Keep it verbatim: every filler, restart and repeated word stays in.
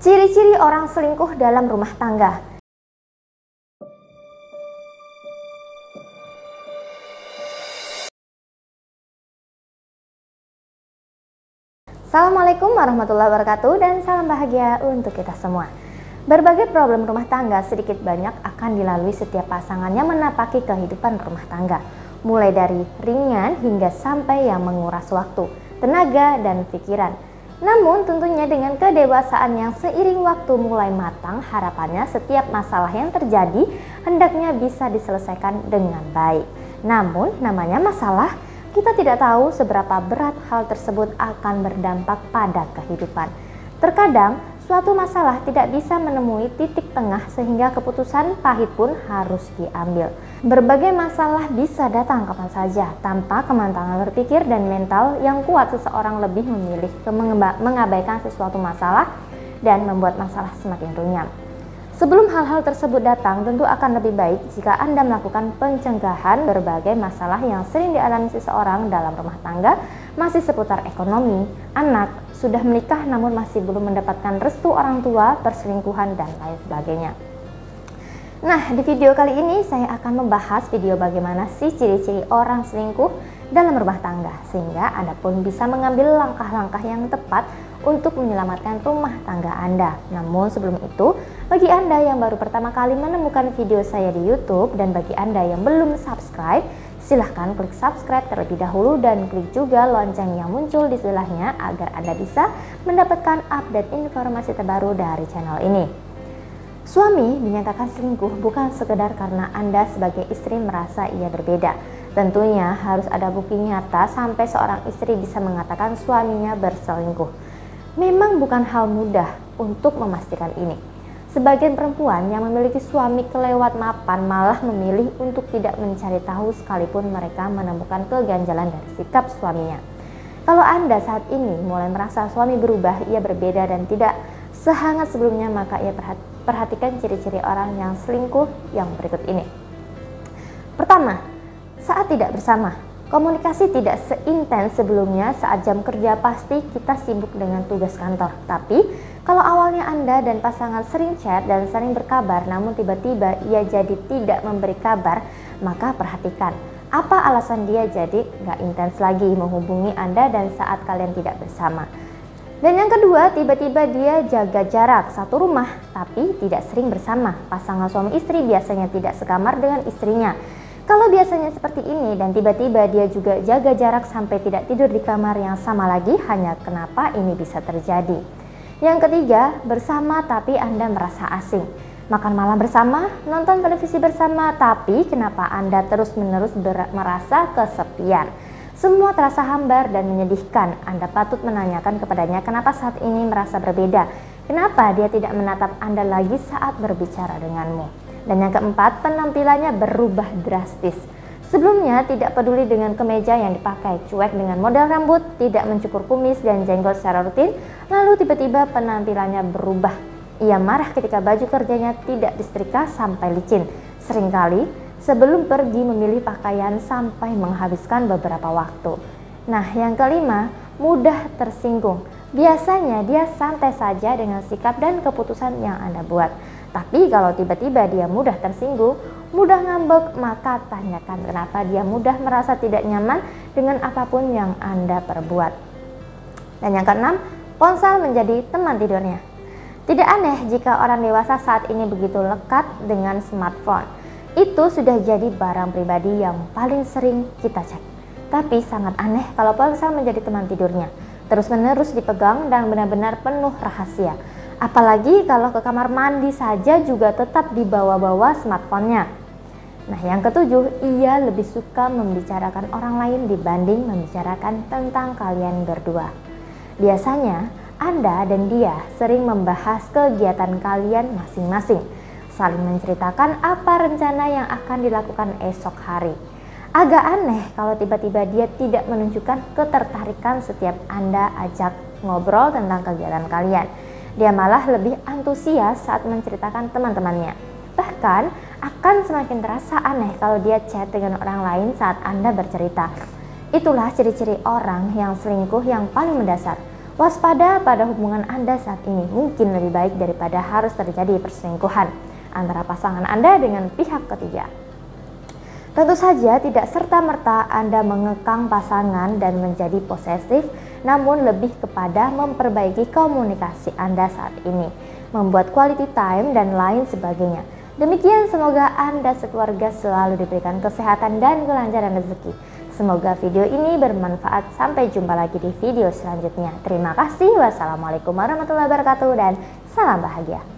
Ciri-ciri orang selingkuh dalam rumah tangga. Assalamualaikum warahmatullahi wabarakatuh dan salam bahagia untuk kita semua. Berbagai problem rumah tangga sedikit banyak akan dilalui setiap pasangannya menapaki kehidupan rumah tangga. Mulai dari ringan hingga sampai yang menguras waktu, tenaga, dan pikiran. Namun tentunya dengan kedewasaan yang seiring waktu mulai matang, harapannya setiap masalah yang terjadi hendaknya bisa diselesaikan dengan baik. Namun namanya masalah, kita tidak tahu seberapa berat hal tersebut akan berdampak pada kehidupan. Terkadang suatu masalah tidak bisa menemui titik tengah sehingga keputusan pahit pun harus diambil. Berbagai masalah bisa datang kapan saja tanpa kematangan berpikir dan mental yang kuat. Seseorang lebih memilih mengabaikan sesuatu masalah dan membuat masalah semakin runyam. Sebelum hal-hal tersebut datang, tentu akan lebih baik jika Anda melakukan pencegahan berbagai masalah yang sering dialami seseorang dalam rumah tangga, masih seputar ekonomi, anak, sudah menikah namun masih belum mendapatkan restu orang tua, perselingkuhan, dan lain sebagainya. Nah, di video kali ini saya akan membahas video bagaimana sih ciri-ciri orang selingkuh dalam rumah tangga, sehingga Anda pun bisa mengambil langkah-langkah yang tepat untuk menyelamatkan rumah tangga Anda. Namun sebelum itu, bagi Anda yang baru pertama kali menemukan video saya di YouTube dan bagi Anda yang belum subscribe, silahkan klik subscribe terlebih dahulu dan klik juga lonceng yang muncul di sebelahnya agar Anda bisa mendapatkan update informasi terbaru dari channel ini. Suami dinyatakan selingkuh bukan sekedar karena Anda sebagai istri merasa ia berbeda. Tentunya harus ada bukti nyata sampai seorang istri bisa mengatakan suaminya berselingkuh. Memang bukan hal mudah untuk memastikan ini. Sebagian perempuan yang memiliki suami kelewat mapan malah memilih untuk tidak mencari tahu sekalipun mereka menemukan keganjalan dari sikap suaminya. Kalau Anda saat ini mulai merasa suami berubah, ia berbeda dan tidak sehangat sebelumnya, maka ia perhatikan ciri-ciri orang yang selingkuh yang berikut ini. Pertama, saat tidak bersama. Komunikasi tidak seintens sebelumnya. Saat jam kerja pasti kita sibuk dengan tugas kantor. Tapi kalau awalnya Anda dan pasangan sering chat dan sering berkabar, namun tiba-tiba ia jadi tidak memberi kabar, maka perhatikan apa alasan dia jadi nggak intens lagi menghubungi Anda dan saat kalian tidak bersama. Dan yang kedua, tiba-tiba dia jaga jarak satu rumah tapi tidak sering bersama. Pasangan suami istri biasanya tidak sekamar dengan istrinya. Kalau biasanya seperti ini dan tiba-tiba dia juga jaga jarak sampai tidak tidur di kamar yang sama lagi, hanya kenapa ini bisa terjadi? Yang ketiga, bersama tapi Anda merasa asing. Makan malam bersama, nonton televisi bersama, tapi kenapa Anda terus-menerus merasa kesepian? Semua terasa hambar dan menyedihkan. Anda patut menanyakan kepadanya kenapa saat ini merasa berbeda. Kenapa dia tidak menatap Anda lagi saat berbicara denganmu? Dan yang keempat, penampilannya berubah drastis. Sebelumnya tidak peduli dengan kemeja yang dipakai, cuek dengan model rambut, tidak mencukur kumis dan jenggot secara rutin, lalu tiba-tiba penampilannya berubah. Ia marah ketika baju kerjanya tidak disetrika sampai licin. Seringkali sebelum pergi memilih pakaian sampai menghabiskan beberapa waktu. Nah, yang kelima, mudah tersinggung. Biasanya dia santai saja dengan sikap dan keputusan yang Anda buat. Tapi kalau tiba-tiba dia mudah tersinggung, mudah ngambek, maka tanyakan kenapa dia mudah merasa tidak nyaman dengan apapun yang Anda perbuat. Dan yang keenam, ponsel menjadi teman tidurnya. Tidak aneh jika orang dewasa saat ini begitu lekat dengan smartphone. Itu sudah jadi barang pribadi yang paling sering kita cek. Tapi sangat aneh kalau ponsel menjadi teman tidurnya. Terus-menerus dipegang dan benar-benar penuh rahasia. Apalagi kalau ke kamar mandi saja juga tetap dibawa-bawa smartphone-nya. Nah, yang ketujuh, ia lebih suka membicarakan orang lain dibanding membicarakan tentang kalian berdua. Biasanya, Anda dan dia sering membahas kegiatan kalian masing-masing, saling menceritakan apa rencana yang akan dilakukan esok hari. Agak aneh kalau tiba-tiba dia tidak menunjukkan ketertarikan setiap Anda ajak ngobrol tentang kegiatan kalian. Dia malah lebih antusias saat menceritakan teman-temannya. Bahkan akan semakin terasa aneh kalau dia chat dengan orang lain saat Anda bercerita. Itulah ciri-ciri orang yang selingkuh yang paling mendasar. Waspada pada hubungan Anda saat ini, mungkin lebih baik daripada harus terjadi perselingkuhan antara pasangan Anda dengan pihak ketiga. Tentu saja tidak serta-merta Anda mengekang pasangan dan menjadi posesif, namun lebih kepada memperbaiki komunikasi Anda saat ini, membuat quality time dan lain sebagainya. Demikian, semoga Anda sekeluarga selalu diberikan kesehatan dan kelancaran rezeki. Semoga video ini bermanfaat. Sampai jumpa lagi di video selanjutnya. Terima kasih. Wassalamualaikum warahmatullahi wabarakatuh dan salam bahagia.